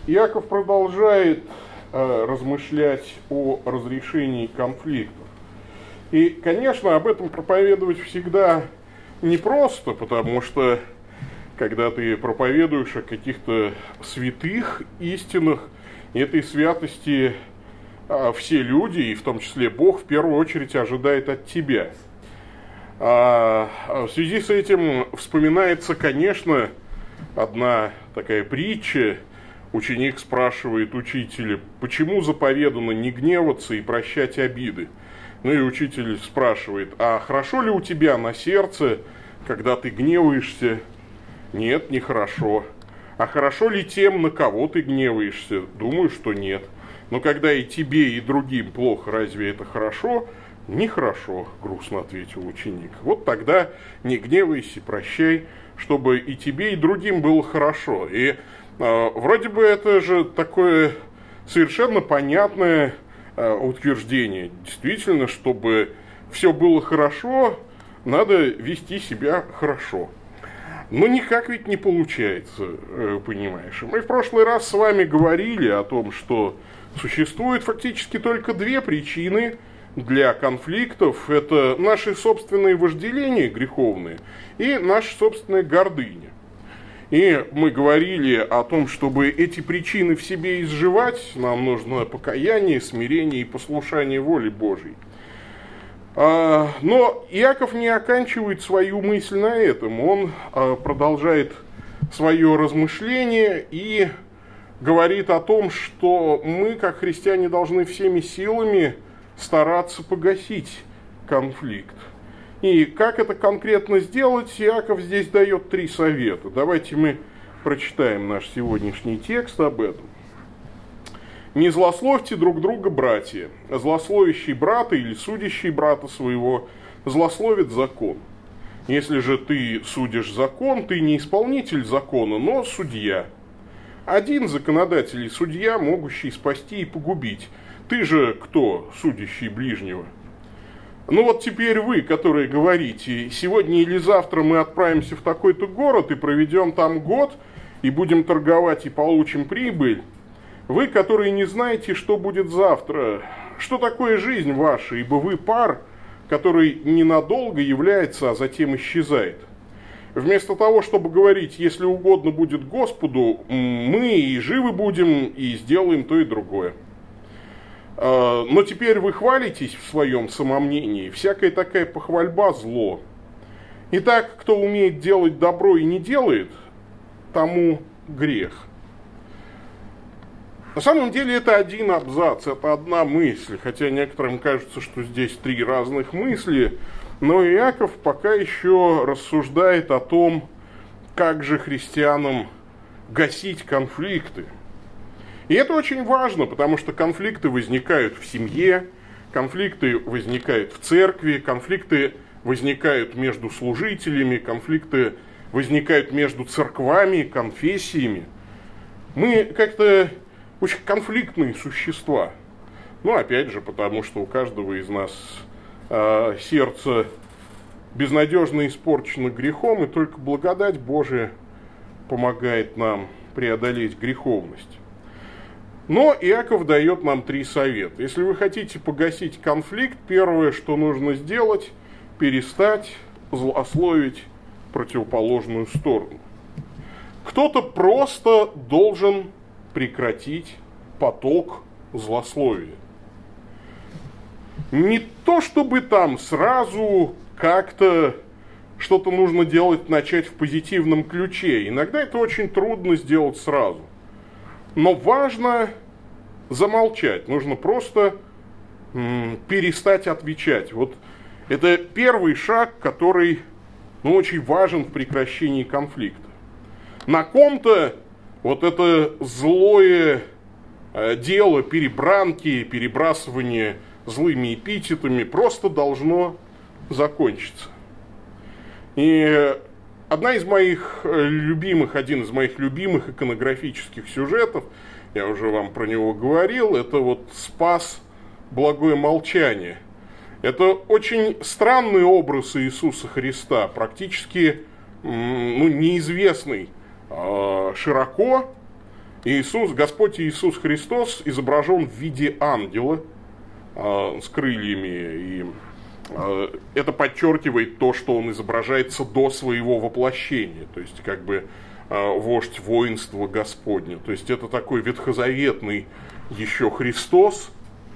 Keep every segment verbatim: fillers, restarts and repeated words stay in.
Иаков продолжает э, размышлять о разрешении конфликтов. И, конечно, об этом проповедовать всегда непросто, потому что, когда ты проповедуешь о каких-то святых истинах, этой святости э, все люди, и в том числе Бог, в первую очередь ожидает от тебя. А в связи с этим вспоминается, конечно, одна такая притча. Ученик спрашивает учителя, почему заповедано не гневаться и прощать обиды? Ну и учитель спрашивает, а хорошо ли у тебя на сердце, когда ты гневаешься? Нет, нехорошо. А хорошо ли тем, на кого ты гневаешься? Думаю, что нет. Но когда и тебе, и другим плохо, разве это хорошо? Нехорошо, грустно ответил ученик. Вот тогда не гневайся, прощай, чтобы и тебе, и другим было хорошо. И э, вроде бы это же такое совершенно понятное э, утверждение. Действительно, чтобы все было хорошо, надо вести себя хорошо. Но никак ведь не получается, э, понимаешь. Мы в прошлый раз с вами говорили о том, что существует фактически только две причины для конфликтов. Это наши собственные вожделения греховные и наша собственная гордыня. И мы говорили о том, чтобы эти причины в себе изживать, нам нужно покаяние, смирение и послушание воле Божьей. Но Иаков не оканчивает свою мысль на этом. Он продолжает свое размышление и говорит о том, что мы, как христиане, должны всеми силами стараться погасить конфликт. И как это конкретно сделать, Иаков здесь дает три совета. Давайте мы прочитаем наш сегодняшний текст об этом. «Не злословьте друг друга, братья. Злословящий брата или судящий брата своего злословит закон. Если же ты судишь закон, ты не исполнитель закона, но судья. Один законодатель и судья, могущий спасти и погубить. Ты же кто, судящий ближнего? Ну вот теперь вы, которые говорите, сегодня или завтра мы отправимся в такой-то город и проведем там год, и будем торговать и получим прибыль. Вы, которые не знаете, что будет завтра, что такое жизнь ваша, ибо вы пар, который ненадолго является, а затем исчезает. Вместо того, чтобы говорить, если угодно будет Господу, мы и живы будем, и сделаем то и другое. Но теперь вы хвалитесь в своем самомнении, всякая такая похвальба – зло. Итак, кто умеет делать добро и не делает, тому грех». На самом деле это один абзац, это одна мысль, хотя некоторым кажется, что здесь три разных мысли, но Иаков пока еще рассуждает о том, как же христианам гасить конфликты. И это очень важно, потому что конфликты возникают в семье, конфликты возникают в церкви, конфликты возникают между служителями, конфликты возникают между церквами, конфессиями. Мы как-то очень конфликтные существа. Ну, опять же, потому что у каждого из нас э, сердце безнадежно испорчено грехом, и только благодать Божия помогает нам преодолеть греховность. Но Иаков дает нам три совета. Если вы хотите погасить конфликт, первое, что нужно сделать, перестать злословить противоположную сторону. Кто-то просто должен прекратить поток злословия. Не то, чтобы там сразу как-то что-то нужно делать, начать в позитивном ключе. Иногда это очень трудно сделать сразу. Но важно замолчать. Нужно просто м, перестать отвечать. Вот это первый шаг, который ну, очень важен в прекращении конфликта. На ком-то вот это злое э, дело перебранки, перебрасывание злыми эпитетами просто должно закончиться. И одна из моих любимых, один из моих любимых иконографических сюжетов, я уже вам про него говорил, это вот «Спас, благое молчание». Это очень странный образ Иисуса Христа, практически ну, неизвестный широко, Иисус, Господь Иисус Христос изображен в виде ангела э, с крыльями, и э, это подчеркивает то, что он изображается до своего воплощения, то есть как бы э, вождь воинства Господня. То есть это такой ветхозаветный еще Христос,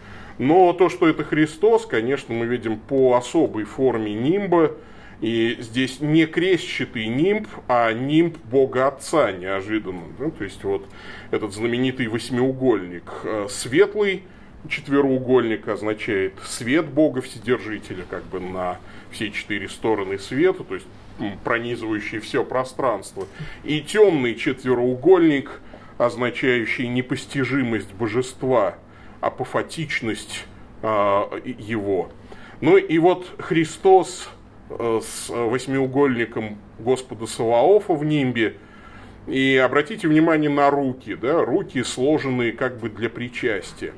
но то, что это Христос, конечно, мы видим по особой форме нимба. И здесь не крестчатый нимб, а нимб Бога Отца неожиданно. Да? То есть вот этот знаменитый восьмиугольник. Светлый четвероугольник означает свет Бога Вседержителя, как бы на все четыре стороны света, то есть пронизывающий все пространство. И темный четвероугольник, означающий непостижимость божества, апофатичность э, его. Ну и вот Христос с восьмиугольником Господа Саваофа в нимбе. И обратите внимание на руки, да, руки сложенные как бы для причастия.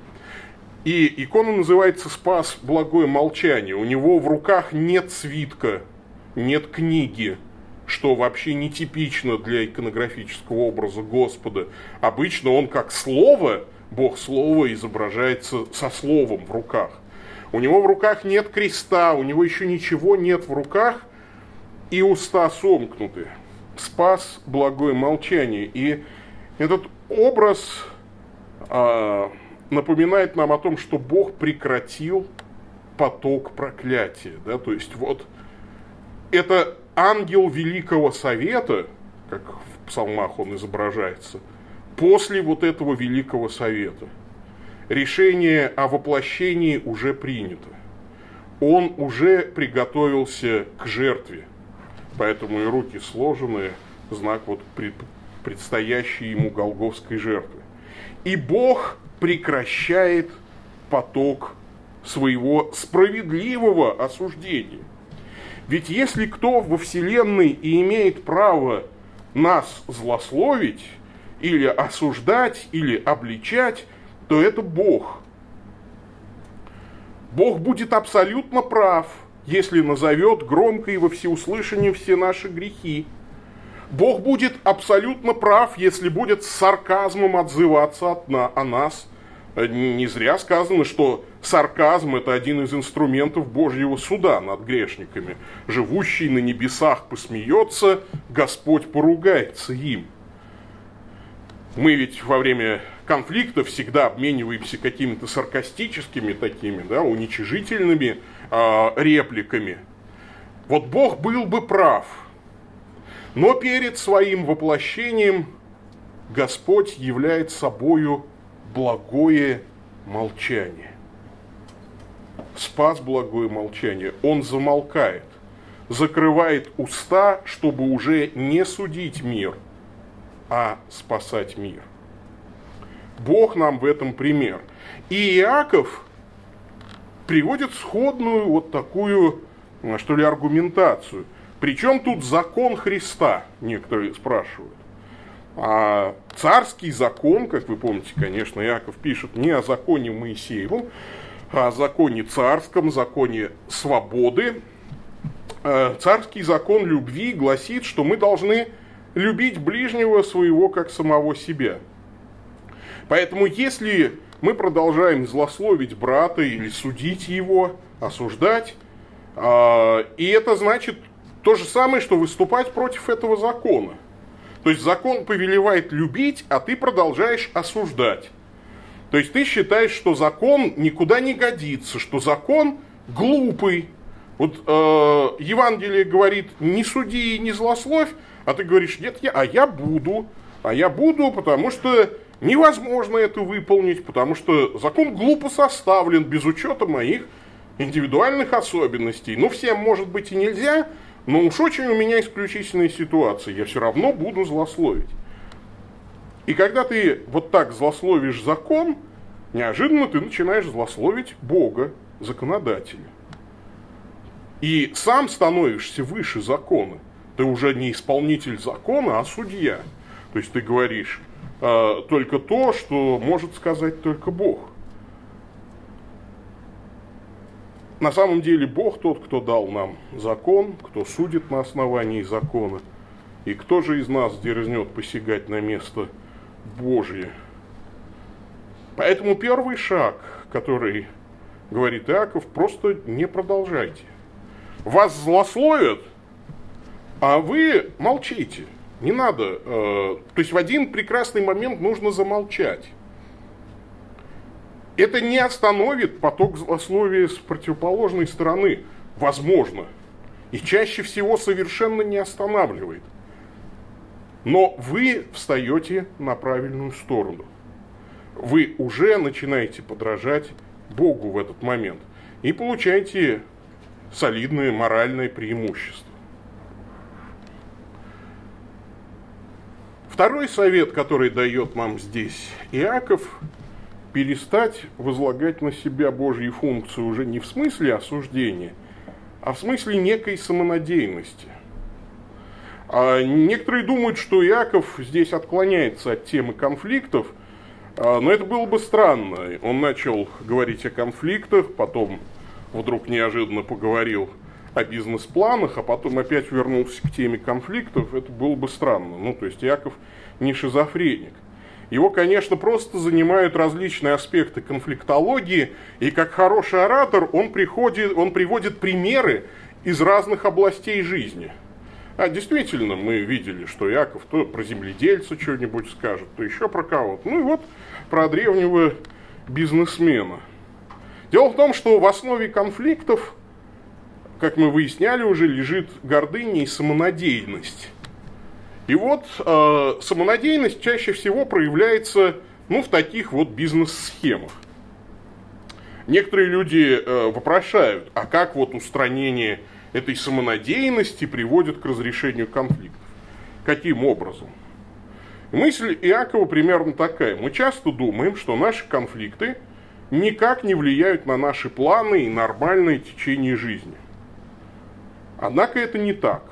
И икона называется «Спас благое молчание». У него в руках нет свитка, нет книги, что вообще нетипично для иконографического образа Господа. Обычно он как слово, Бог Слово, изображается со словом в руках. У него в руках нет креста, у него еще ничего нет в руках, и уста сомкнуты. Спас благое молчание. И этот образ э, напоминает нам о том, что Бог прекратил поток проклятия. Да? То есть вот это ангел Великого Совета, как в псалмах он изображается, после вот этого Великого Совета. Решение о воплощении уже принято. Он уже приготовился к жертве. Поэтому и руки сложены, знак вот предстоящей ему голгофской жертвы. И Бог прекращает поток своего справедливого осуждения. Ведь если кто во вселенной и имеет право нас злословить, или осуждать, или обличать, то это Бог. Бог будет абсолютно прав, если назовет громко и во всеуслышание все наши грехи. Бог будет абсолютно прав, если будет с сарказмом отзываться от на, о нас. Не зря сказано, что сарказм – это один из инструментов Божьего суда над грешниками. Живущий на небесах посмеется, Господь поругается им. Мы ведь во время конфликта всегда обмениваемся какими-то саркастическими такими, да, уничижительными э, репликами. Вот Бог был бы прав, но перед своим воплощением Господь являет собою благое молчание. Спас благое молчание. Он замолкает, закрывает уста, чтобы уже не судить мир, а спасать мир. Бог нам в этом пример. И Иаков приводит сходную вот такую, что ли, аргументацию. Причем тут закон Христа, некоторые спрашивают. А царский закон, как вы помните, конечно, Иаков пишет не о законе Моисеевом, а о законе царском, законе свободы. Царский закон любви гласит, что мы должны любить ближнего своего, как самого себя. Поэтому, если мы продолжаем злословить брата или судить его, осуждать, и это значит то же самое, что выступать против этого закона. То есть закон повелевает любить, а ты продолжаешь осуждать. То есть ты считаешь, что закон никуда не годится, что закон глупый. Вот э, Евангелие говорит, не суди и не злословь, а ты говоришь, нет, я, а я буду. А я буду, потому что невозможно это выполнить, потому что закон глупо составлен, без учета моих индивидуальных особенностей. Ну, всем, может быть, и нельзя, но уж очень у меня исключительная ситуация, я все равно буду злословить. И когда ты вот так злословишь закон, неожиданно ты начинаешь злословить Бога, законодателя. И сам становишься выше закона. Ты уже не исполнитель закона, а судья. То есть ты говоришь э, только то, что может сказать только Бог. На самом деле Бог тот, кто дал нам закон, кто судит на основании закона. И кто же из нас дерзнет посягать на место Божье. Поэтому первый шаг, который говорит Иаков, просто не продолжайте. Вас злословят, а вы молчите. Не надо. Э, то есть в один прекрасный момент нужно замолчать. Это не остановит поток злословия с противоположной стороны. Возможно. И чаще всего совершенно не останавливает. Но вы встаете на правильную сторону. Вы уже начинаете подражать Богу в этот момент. И получаете солидное моральное преимущество. Второй совет, который дает нам здесь Иаков, перестать возлагать на себя Божьи функции уже не в смысле осуждения, а в смысле некой самонадеянности. А некоторые думают, что Иаков здесь отклоняется от темы конфликтов, но это было бы странно. Он начал говорить о конфликтах, потом вдруг неожиданно поговорил о бизнес-планах, а потом опять вернулся к теме конфликтов. Это было бы странно. Ну, то есть Иаков не шизофреник. Его, конечно, просто занимают различные аспекты конфликтологии, и как хороший оратор он, приходит, он приводит примеры из разных областей жизни. А действительно, мы видели, что Иаков то про земледельца что-нибудь скажет, то еще про кого-то. Ну и вот про древнего бизнесмена. Дело в том, что в основе конфликтов, как мы выясняли уже, лежит гордыня и самонадеянность. И вот э, самонадеянность чаще всего проявляется ну, в таких вот бизнес-схемах. Некоторые люди э, вопрошают, а как вот устранение этой самонадеянности приводит к разрешению конфликтов? Каким образом? Мысль Иакова примерно такая. Мы часто думаем, что наши конфликты никак не влияют на наши планы и нормальное течение жизни. Однако это не так.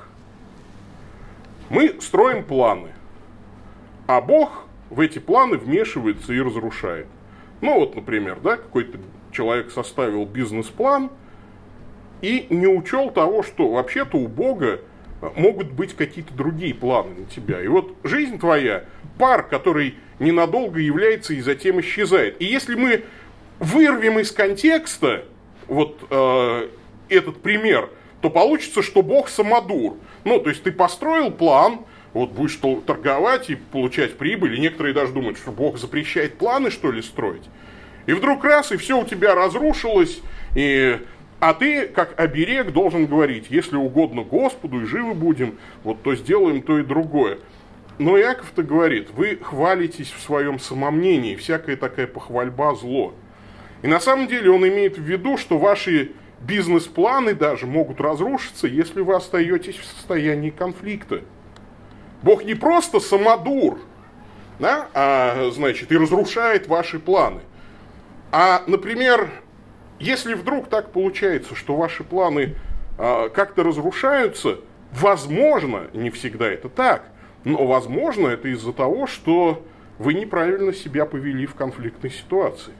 Мы строим планы, а Бог в эти планы вмешивается и разрушает. Ну вот, например, да, какой-то человек составил бизнес-план и не учел того, что вообще-то у Бога могут быть какие-то другие планы на тебя. И вот жизнь твоя, пар, который ненадолго является и затем исчезает. И если мы вырвем из контекста вот э, этот пример, то получится, что Бог самодур. Ну, то есть ты построил план, вот будешь торговать и получать прибыль, и некоторые даже думают, что Бог запрещает планы, что ли, строить. И вдруг раз, и все у тебя разрушилось, и... а ты, как оберег, должен говорить, если угодно Господу и живы будем, вот то сделаем то и другое. Но Иаков-то говорит, вы хвалитесь в своем самомнении, всякая такая похвальба зло. И на самом деле он имеет в виду, что ваши бизнес-планы даже могут разрушиться, если вы остаетесь в состоянии конфликта. Бог не просто самодур, да, а, значит, и разрушает ваши планы. А, например, если вдруг так получается, что ваши планы а, как-то разрушаются, возможно, не всегда это так, но возможно это из-за того, что вы неправильно себя повели в конфликтной ситуации.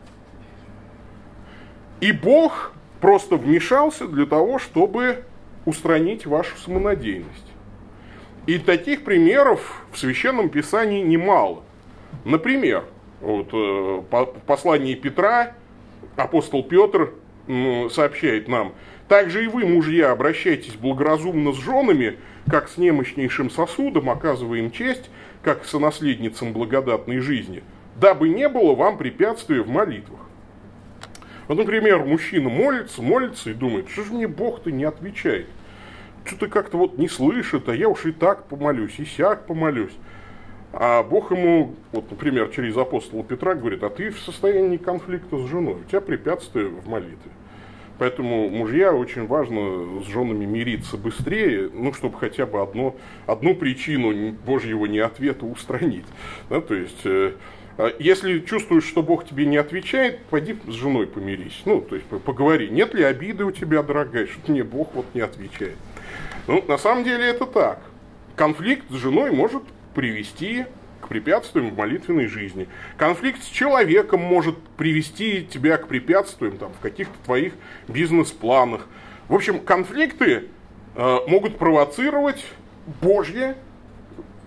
И Бог просто вмешался для того, чтобы устранить вашу самонадеянность. И таких примеров в Священном Писании немало. Например, вот, э, по послании Петра апостол Петр э, сообщает нам: «Также и вы, мужья, обращайтесь благоразумно с женами, как с немощнейшим сосудом, оказывая им честь, как сонаследницам благодатной жизни, дабы не было вам препятствия в молитвах». Вот, например, мужчина молится, молится и думает, что же мне Бог-то не отвечает? Что-то как-то вот не слышит, а я уж и так помолюсь, и сяк помолюсь. А Бог ему, вот, например, через апостола Петра говорит, а ты в состоянии конфликта с женой, у тебя препятствие в молитве. Поэтому мужья очень важно с женами мириться быстрее, ну, чтобы хотя бы одно, одну причину Божьего неответа устранить. Да, то есть... Если чувствуешь, что Бог тебе не отвечает, пойди с женой помирись. Ну, то есть поговори. Нет ли обиды у тебя, дорогая, что мне Бог вот не отвечает? Ну, на самом деле это так. Конфликт с женой может привести к препятствиям в молитвенной жизни. Конфликт с человеком может привести тебя к препятствиям там, в каких-то твоих бизнес-планах. В общем, конфликты э, могут провоцировать Божье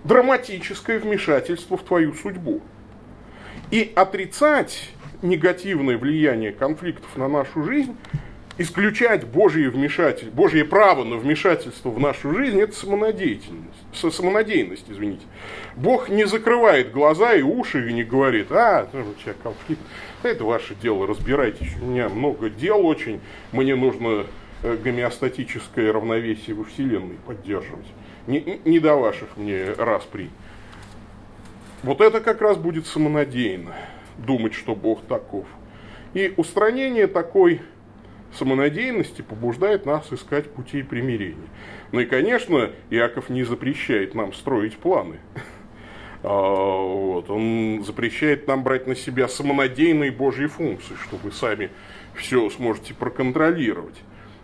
драматическое вмешательство в твою судьбу. И отрицать негативное влияние конфликтов на нашу жизнь, исключать Божье вмешательство, Божье право на вмешательство в нашу жизнь, это самонадеятельность, самонадеянность, извините. Бог не закрывает глаза и уши и не говорит: а, у тебя конфликт, это ваше дело, разбирайтесь, у меня много дел очень, мне нужно гомеостатическое равновесие во Вселенной поддерживать. Не, не до ваших мне распри. Вот это как раз будет самонадеянно, думать, что Бог таков. И устранение такой самонадеянности побуждает нас искать путей примирения. Ну и, конечно, Иаков не запрещает нам строить планы. Вот. Он запрещает нам брать на себя самонадеянные Божьи функции, что вы сами все сможете проконтролировать.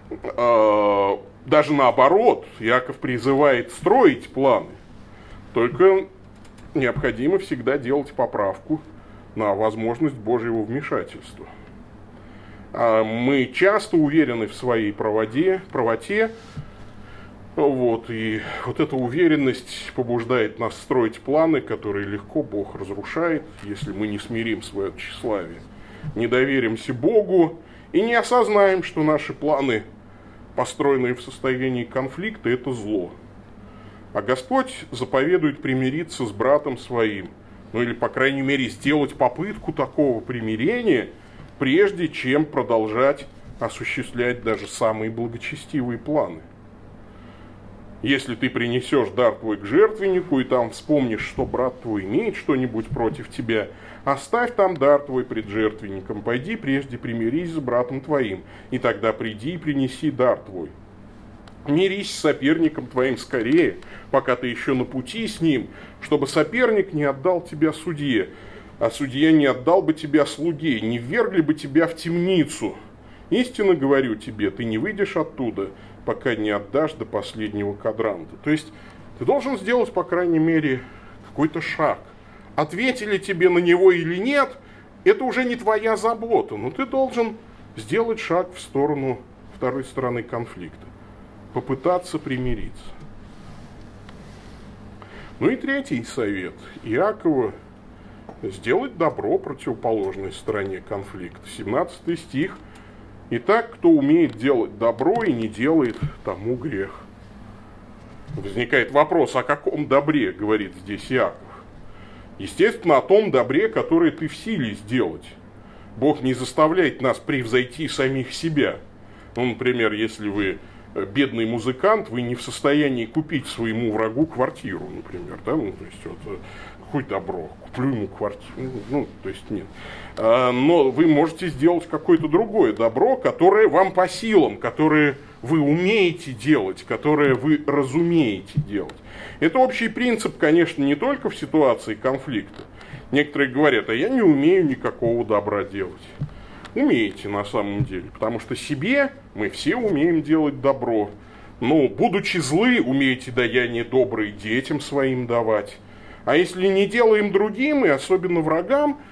Даже наоборот, Иаков призывает строить планы, только необходимо всегда делать поправку на возможность Божьего вмешательства. Мы часто уверены в своей правоте, правоте, вот, и вот эта уверенность побуждает нас строить планы, которые легко Бог разрушает, если мы не смирим свое тщеславие, не доверимся Богу и не осознаем, что наши планы, построенные в состоянии конфликта, это зло. А Господь заповедует примириться с братом своим, ну или, по крайней мере, сделать попытку такого примирения, прежде чем продолжать осуществлять даже самые благочестивые планы. Если ты принесешь дар твой к жертвеннику, и там вспомнишь, что брат твой имеет что-нибудь против тебя, оставь там дар твой пред жертвенником, пойди прежде примирись с братом твоим, и тогда приди и принеси дар твой. Мирись с соперником твоим скорее, пока ты еще на пути с ним, чтобы соперник не отдал тебя судье, а судья не отдал бы тебя слуге, не ввергли бы тебя в темницу. Истинно говорю тебе, ты не выйдешь оттуда, пока не отдашь до последнего квадранта. То есть ты должен сделать, по крайней мере, какой-то шаг. Ответили тебе на него или нет, это уже не твоя забота, но ты должен сделать шаг в сторону второй стороны конфликта. Попытаться примириться. Ну и третий совет Иакова – сделать добро противоположной стороне конфликта. семнадцатый стих. Итак, кто умеет делать добро и не делает, тому грех. Возникает вопрос, о каком добре говорит здесь Иаков? Естественно, о том добре, которое ты в силе сделать. Бог не заставляет нас превзойти самих себя. Ну, например, если вы бедный музыкант, вы не в состоянии купить своему врагу квартиру, например, да, ну, то есть, вот, какое добро, куплю ему квартиру, ну, то есть, нет. А, но вы можете сделать какое-то другое добро, которое вам по силам, которое вы умеете делать, которое вы разумеете делать. Это общий принцип, конечно, не только в ситуации конфликта. Некоторые говорят, а я не умею никакого добра делать. Умеете на самом деле, потому что себе мы все умеем делать добро. Но, будучи злы, умеете даяние добрые детям своим давать. А если не делаем другим, и особенно врагам,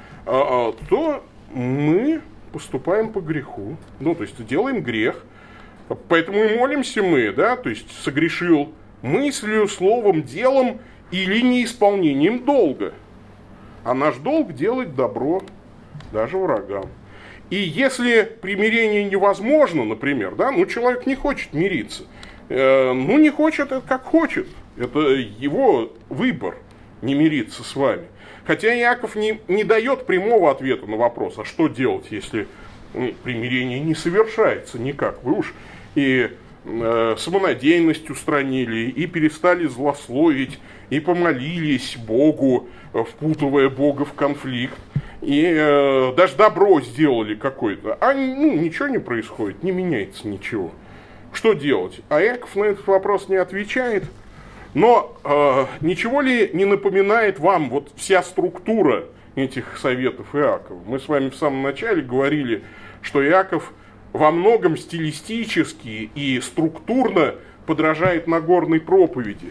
то мы поступаем по греху. Ну, то есть делаем грех. Поэтому и молимся мы, да, то есть согрешил мыслью, словом, делом или неисполнением долга. А наш долг делать добро даже врагам. И если примирение невозможно, например, да, ну человек не хочет мириться, э, ну не хочет, это как хочет, это его выбор не мириться с вами. Хотя Иаков не, не дает прямого ответа на вопрос, а что делать, если ну, примирение не совершается никак. Вы уж и э, самонадеянность устранили, и перестали злословить, и помолились Богу, впутывая Бога в конфликт. И э, даже добро сделали какое-то, а ну, ничего не происходит, не меняется ничего. Что делать? А Иаков на этот вопрос не отвечает. Но э, ничего ли не напоминает вам вот вся структура этих советов Иакова? Мы с вами в самом начале говорили, что Иаков во многом стилистически и структурно подражает Нагорной проповеди.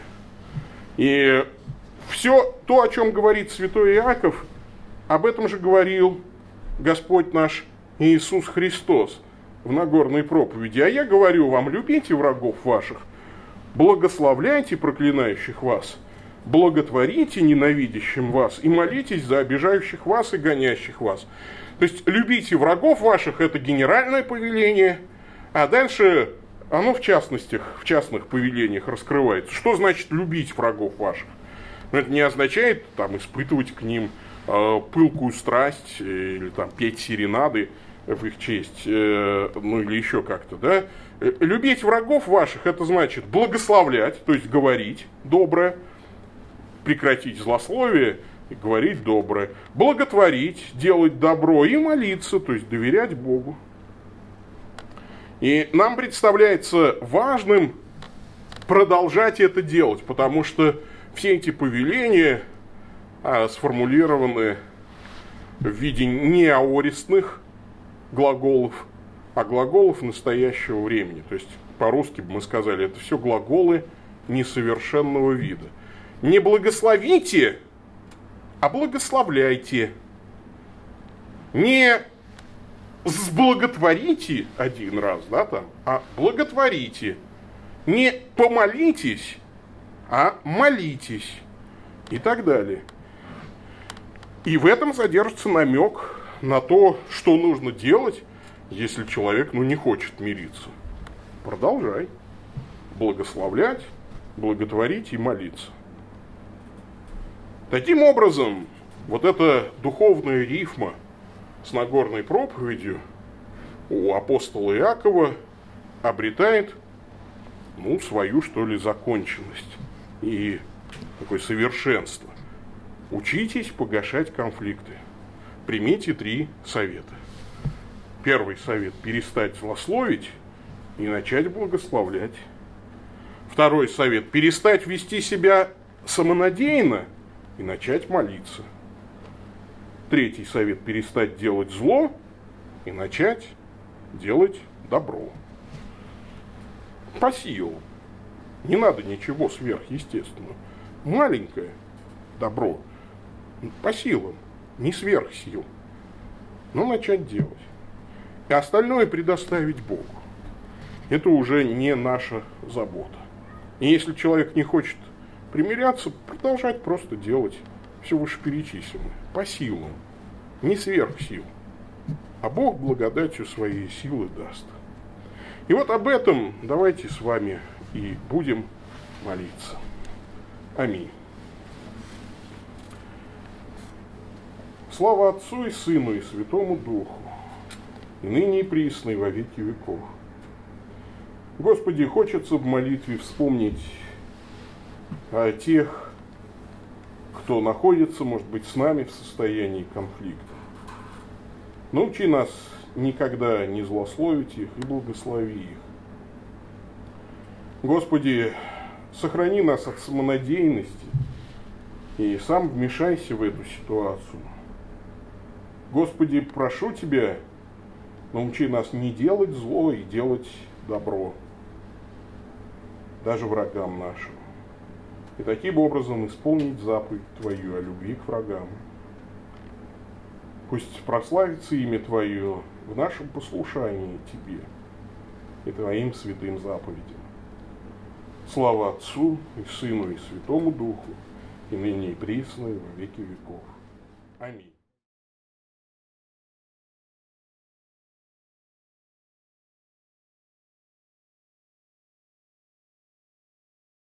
И все то, о чем говорит святой Иаков, об этом же говорил Господь наш Иисус Христос в Нагорной проповеди. А я говорю вам, любите врагов ваших, благословляйте проклинающих вас, благотворите ненавидящим вас и молитесь за обижающих вас и гонящих вас. То есть любите врагов ваших, это генеральное повеление, а дальше оно в частностях, в частных повелениях раскрывается. Что значит любить врагов ваших? Но это не означает там, испытывать к ним э, пылкую страсть или там, петь серенады в их честь, э, ну или еще как-то. Да? Любить врагов ваших, это значит благословлять, то есть говорить доброе, прекратить злословие и говорить доброе, благотворить, делать добро и молиться, то есть доверять Богу. И нам представляется важным продолжать это делать, потому что все эти повеления а, сформулированы в виде не аористных глаголов, а глаголов настоящего времени. То есть по-русски бы мы сказали, это все глаголы несовершенного вида. Не благословите, а благословляйте. Не сблаготворите один раз, да, там, а благотворите. Не помолитесь, а молитесь. И так далее. И в этом содержится намек на то, что нужно делать, если человек, ну, не хочет мириться. Продолжай. Благословлять, благотворить и молиться. Таким образом, вот эта духовная рифма с Нагорной проповедью у апостола Иакова обретает, ну, свою, что ли, законченность и такое совершенство. Учитесь погашать конфликты. Примите три совета. Первый совет – перестать злословить и начать благословлять. Второй совет – перестать вести себя самонадеянно и начать молиться. Третий совет – перестать делать зло и начать делать добро. По силам. Не надо ничего сверхъестественного. Маленькое добро по силам, не сверх сил, но начать делать. И остальное предоставить Богу. Это уже не наша забота. И если человек не хочет примиряться, продолжать просто делать все вышеперечисленное, по силам, не сверх сил. А Бог благодатью своей силы даст. И вот об этом давайте с вами и будем молиться. Аминь. Слава Отцу и Сыну и Святому Духу, и ныне и присно и во веки веков. Господи, хочется в молитве вспомнить о тех, кто находится, может быть, с нами в состоянии конфликта. Научи нас никогда не злословить их и благослови их. Господи, сохрани нас от самонадеянности и сам вмешайся в эту ситуацию. Господи, прошу Тебя, научи нас не делать зло и делать добро, даже врагам нашим. И таким образом исполнить заповедь Твою о любви к врагам. Пусть прославится имя Твое в нашем послушании Тебе и Твоим святым заповедям. Слава Отцу и Сыну и Святому Духу, и ныне и присно и во веки веков. Аминь.